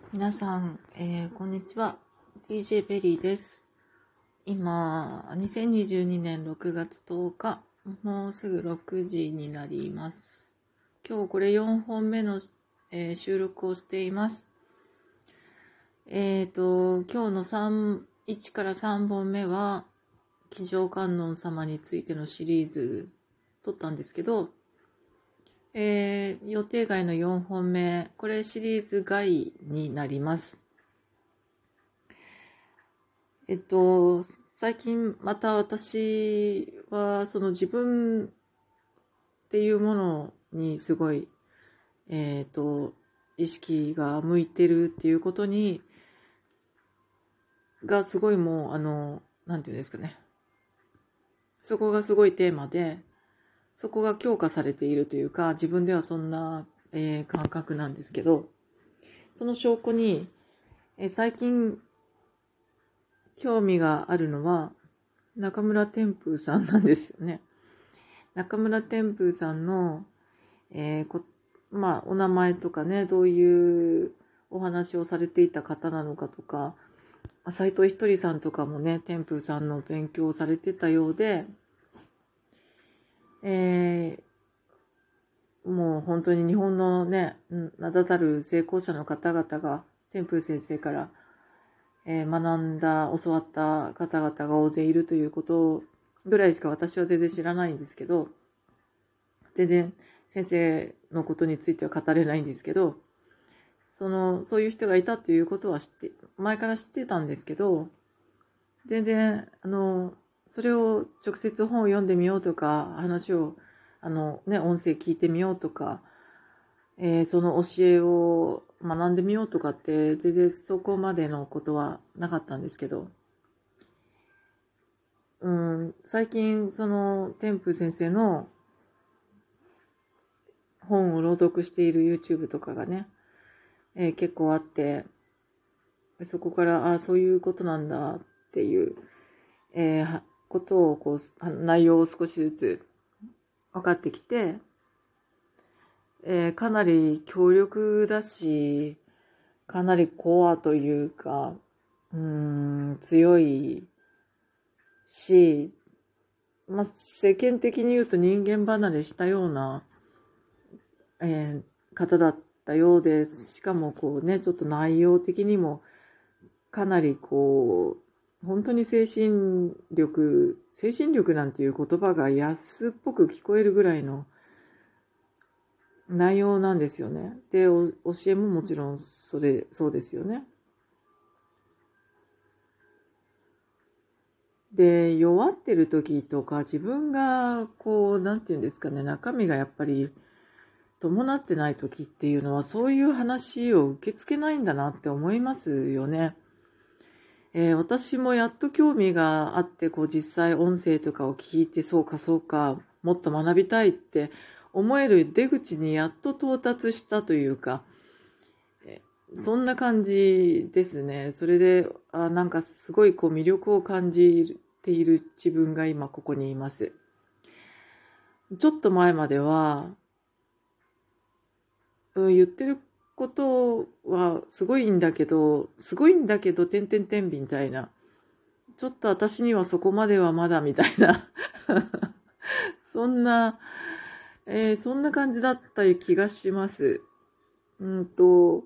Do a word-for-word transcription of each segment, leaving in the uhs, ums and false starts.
皆さん、えーこんにちは。ディージェー ベリーです。今、にせんにじゅうにねんろくがつとおか、もうすぐろくじになります。今日これよんほんめの、えー収録をしています。えっ、と、今日のさん、いちからさんぼんめは、気上観音様についてのシリーズ撮ったんですけど、えー予定外のよんほんめ、これシリーズ外になります。えっと、最近また私はその自分っていうものにすごい、えっと、意識が向いてるっていうことに、がすごいもう、あの、なんていうんですかね。そこがすごいテーマで、そこが強化されているというか、自分ではそんな、えー感覚なんですけど、その証拠に、えー最近興味があるのは、中村天風さんなんですよね。中村天風さんの、えーこまあ、お名前とかね、どういうお話をされていた方なのかとか、斉藤ひとりさんとかもね、天風さんの勉強をされてたようで、えーもう本当に日本のね、名だたる成功者の方々が天風先生から、えー学んだ、教わった方々が大勢いるということぐらいしか私は全然知らないんですけど、全然先生のことについては語れないんですけど、その、そういう人がいたっていうことは知って、前から知ってたんですけど、全然、あの、それを直接本を読んでみようとか、話を、あのね、音声聞いてみようとか、えーその教えを学んでみようとかって、全然そこまでのことはなかったんですけど、うん、最近、その、天風先生の本を朗読している YouTube とかがね、えー結構あって、そこから、ああ、そういうことなんだっていう、えーことを、こう、内容を少しずつ分かってきて、えーかなり強力だし、かなりコアというか、うーん、強いし、まあ、世間的に言うと人間離れしたような、えー方だったようです。しかもこうね、ちょっと内容的にもかなりこう、本当に精神力、精神力なんていう言葉が安っぽく聞こえるぐらいの内容なんですよね。で、お教えももちろんそれ、そうですよね。で、弱ってる時とか、自分がこう、なんていうんですかね、中身がやっぱり伴ってない時っていうのは、そういう話を受け付けないんだなって思いますよね。えー私もやっと興味があって、こう実際音声とかを聞いて、そうかそうか、もっと学びたいって思える出口にやっと到達したというか、えそんな感じですね。それで、あ、なんかすごいこう魅力を感じている自分が今ここにいます。ちょっと前までは、うん言ってることはすごいんだけど、すごいんだけど、てんてんてんみたいな。ちょっと私にはそこまではまだみたいな。そんな、えーそんな感じだった気がします。うんと、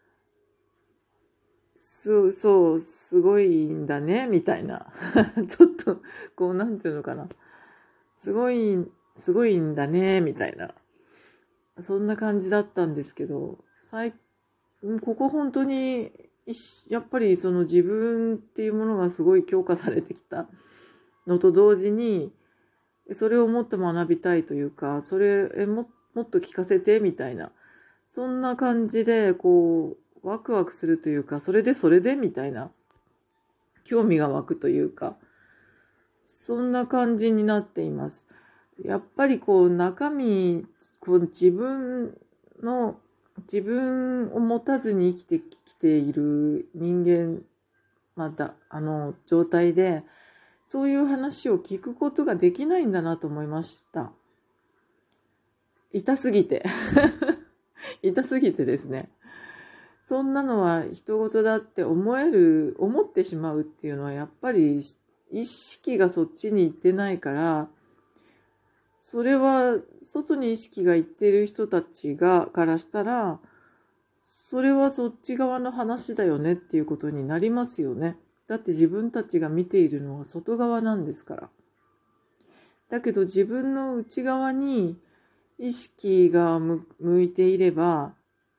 そう、そう、すごいんだね、みたいな。ちょっと、こう、なんていうのかな。すごい、すごいんだね、みたいな。そんな感じだったんですけど、最ここ本当に、やっぱりその自分っていうものがすごい強化されてきたのと同時に、それをもっと学びたいというか、それえももっと聞かせてみたいな、そんな感じでこうワクワクするというか、それでそれでみたいな興味が湧くというか、そんな感じになっています。やっぱりこう中身、こう自分の自分を持たずに生きてきている人間、またあの状態で、そういう話を聞くことができないんだなと思いました。痛すぎて。痛すぎてですね。 そんなのは人事だって思える、思ってしまうっていうのはやっぱり意識がそっちに行ってないから、それは外に意識が行っている人たちが、からしたら、それはそっち側の話だよねっていうことになりますよね。だって自分たちが見ているのは外側なんですから。だけど自分の内側に意識が向いていれば、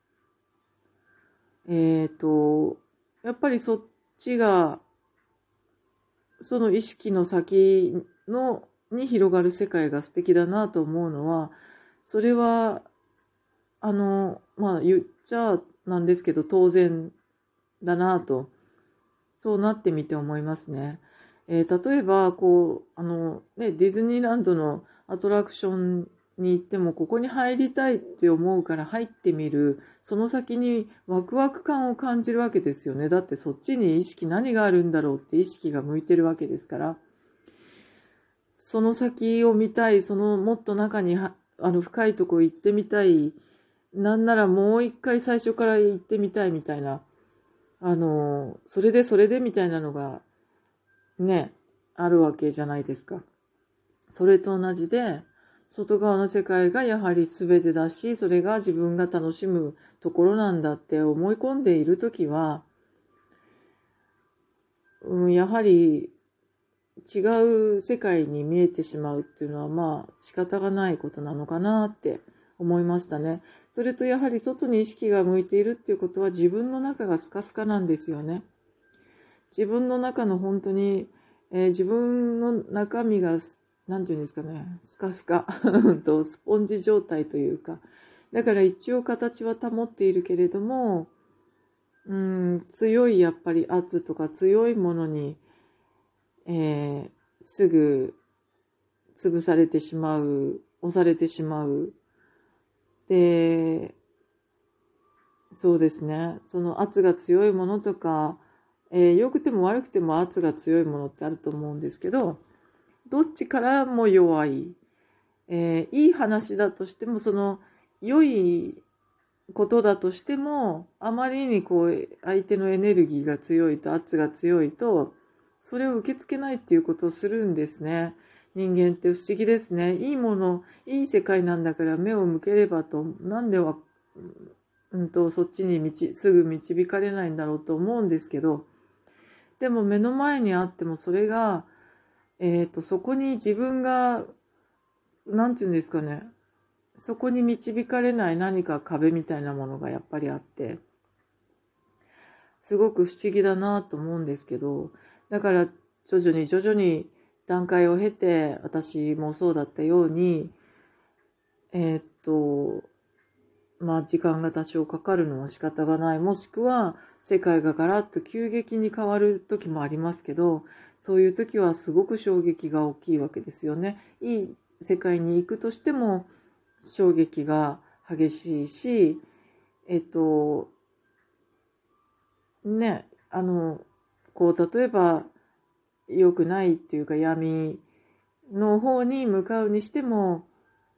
えっと、やっぱりそっちが、その意識の先の、に広がる世界が素敵だなと思うのは、それは、あの、まあ言っちゃなんですけど、当然だなと、そうなってみて思いますね。えー、例えば、こう、あの、ね、ディズニーランドのアトラクションに行っても、ここに入りたいって思うから入ってみる、その先にワクワク感を感じるわけですよね。だってそっちに意識何があるんだろうって意識が向いてるわけですから。その先を見たい、そのもっと中にはあの深いとこ行ってみたい、なんならもう一回最初から行ってみたいみたいな、あの、それでそれでみたいなのがね、あるわけじゃないですか。それと同じで、外側の世界がやはり全てだし、それが自分が楽しむところなんだって思い込んでいるときは、うん、やはり違う世界に見えてしまうっていうのはまあ仕方がないことなのかなって思いましたね。それとやはり外に意識が向いているっていうことは自分の中がスカスカなんですよね。自分の中の本当に、えー、自分の中身がなんていうんですかね、スカスカとスポンジ状態というか、だから一応形は保っているけれども、うん、強いやっぱり圧とか強いものに、えー、すぐ潰されてしまう、押されてしまう。で、そうですね。その圧が強いものとか、えー、良くても悪くても圧が強いものってあると思うんですけど、どっちからも弱い。えー、いい話だとしても、その良いことだとしても、あまりにこう相手のエネルギーが強いと、圧が強いと、それを受け付けないっていうことをするんですね。人間って不思議ですね。いいもの、いい世界なんだから目を向ければと、なんでは、うんと、そっちに道すぐ導かれないんだろうと思うんですけど、でも目の前にあってもそれが、えっと、そこに自分が、なんていうんですかね、そこに導かれない何か壁みたいなものがやっぱりあって、すごく不思議だなと思うんですけど、だから徐々に徐々に段階を経て、私もそうだったように、えーっと、まあ時間が多少かかるのは仕方がない。もしくは世界がガラッと急激に変わる時もありますけど、そういう時はすごく衝撃が大きいわけですよね。いい世界に行くとしても衝撃が激しいし、えっと、ね、あの、こう例えば良くないっていうか闇の方に向かうにしても、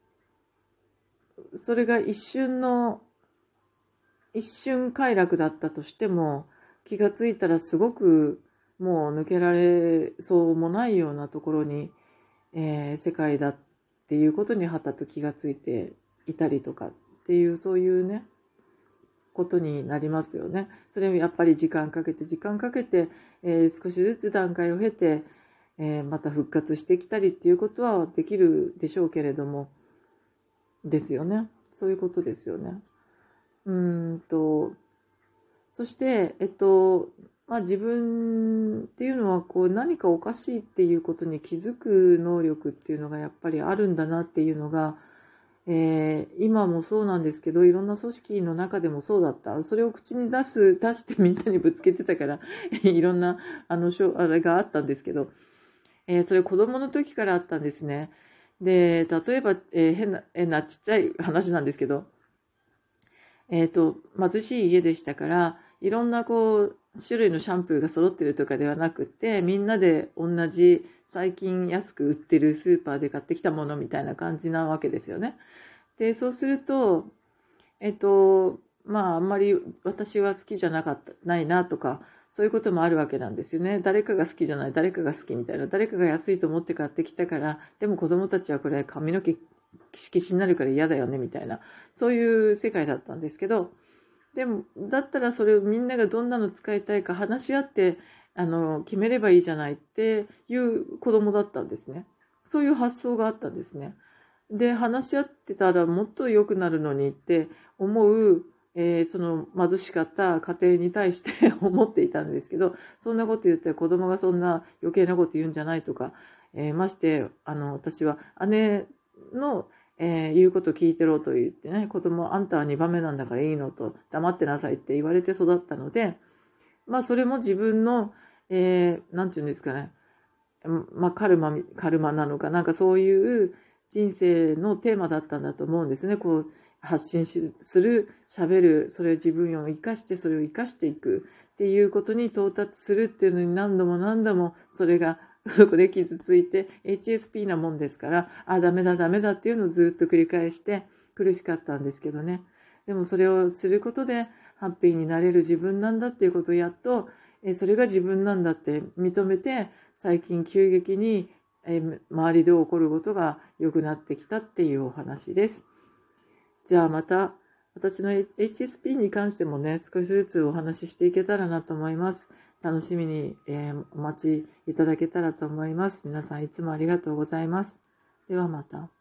それが一瞬の一瞬快楽だったとしても、気がついたらすごくもう抜けられそうもないようなところに、えー世界だっていうことにはたと気がついていたりとかっていう、そういうね、ことになりますよね。それをやっぱり時間かけて時間かけて、えー少しずつ段階を経て、えーまた復活してきたりっていうことはできるでしょうけれども、ですよね。そういうことですよね。うーんと、そして、えっと、まあ、自分っていうのはこう何かおかしいっていうことに気づく能力っていうのがやっぱりあるんだなっていうのが、えー今もそうなんですけど、いろんな組織の中でもそうだった。それを口に出す、出してみんなにぶつけてたから、いろんな、あの、しょあれがあったんですけど、えーそれ子供の時からあったんですね。で、例えば、えー変な、変なちっちゃい話なんですけど、えっと、貧しい家でしたから、いろんなこう、種類のシャンプーが揃ってるとかではなくて、みんなで同じ最近安く売ってるスーパーで買ってきたものみたいな感じなわけですよね。で、そうすると、えっと、 まああんまり私は好きじゃなかった、ないなとか、そういうこともあるわけなんですよね。誰かが好きじゃない、誰かが好きみたいな。誰かが安いと思って買ってきたから、でも子供たちはこれ髪の毛キシキシになるから嫌だよねみたいな。そういう世界だったんですけど、でも、だったらそれをみんながどんなの使いたいか話し合って、あの、決めればいいじゃないっていう子供だったんですね。そういう発想があったんですね。で、話し合ってたらもっと良くなるのにって思う、えーその貧しかった家庭に対して思っていたんですけど、そんなこと言って子供がそんな余計なこと言うんじゃないとか、えーまして、あの、私は姉の、えー言うこと聞いてろと言ってね、子供、あんたはにばんめなんだからいいのと、黙ってなさいって言われて育ったので、まあそれも自分の、えーなんていうんですかね、まあカルマ、カルマなのか、なんかそういう人生のテーマだったんだと思うんですね。こう、発信する、喋る、それを自分を生かして、それを生かしていくっていうことに到達するっていうのに何度も何度もそれがそこで傷ついて エイチエスピー なもんですから、あ、ダメだダメだっていうのをずっと繰り返して苦しかったんですけどね。でもそれをすることでハッピーになれる自分なんだっていうことをやっと、えそれが自分なんだって認めて、最近急激にえ周りで起こることが良くなってきたっていうお話です。じゃあまた私の エイチエスピー に関してもね、少しずつお話ししていけたらなと思います。楽しみに、えーお待ちいただけたらと思います。皆さんいつもありがとうございます。ではまた。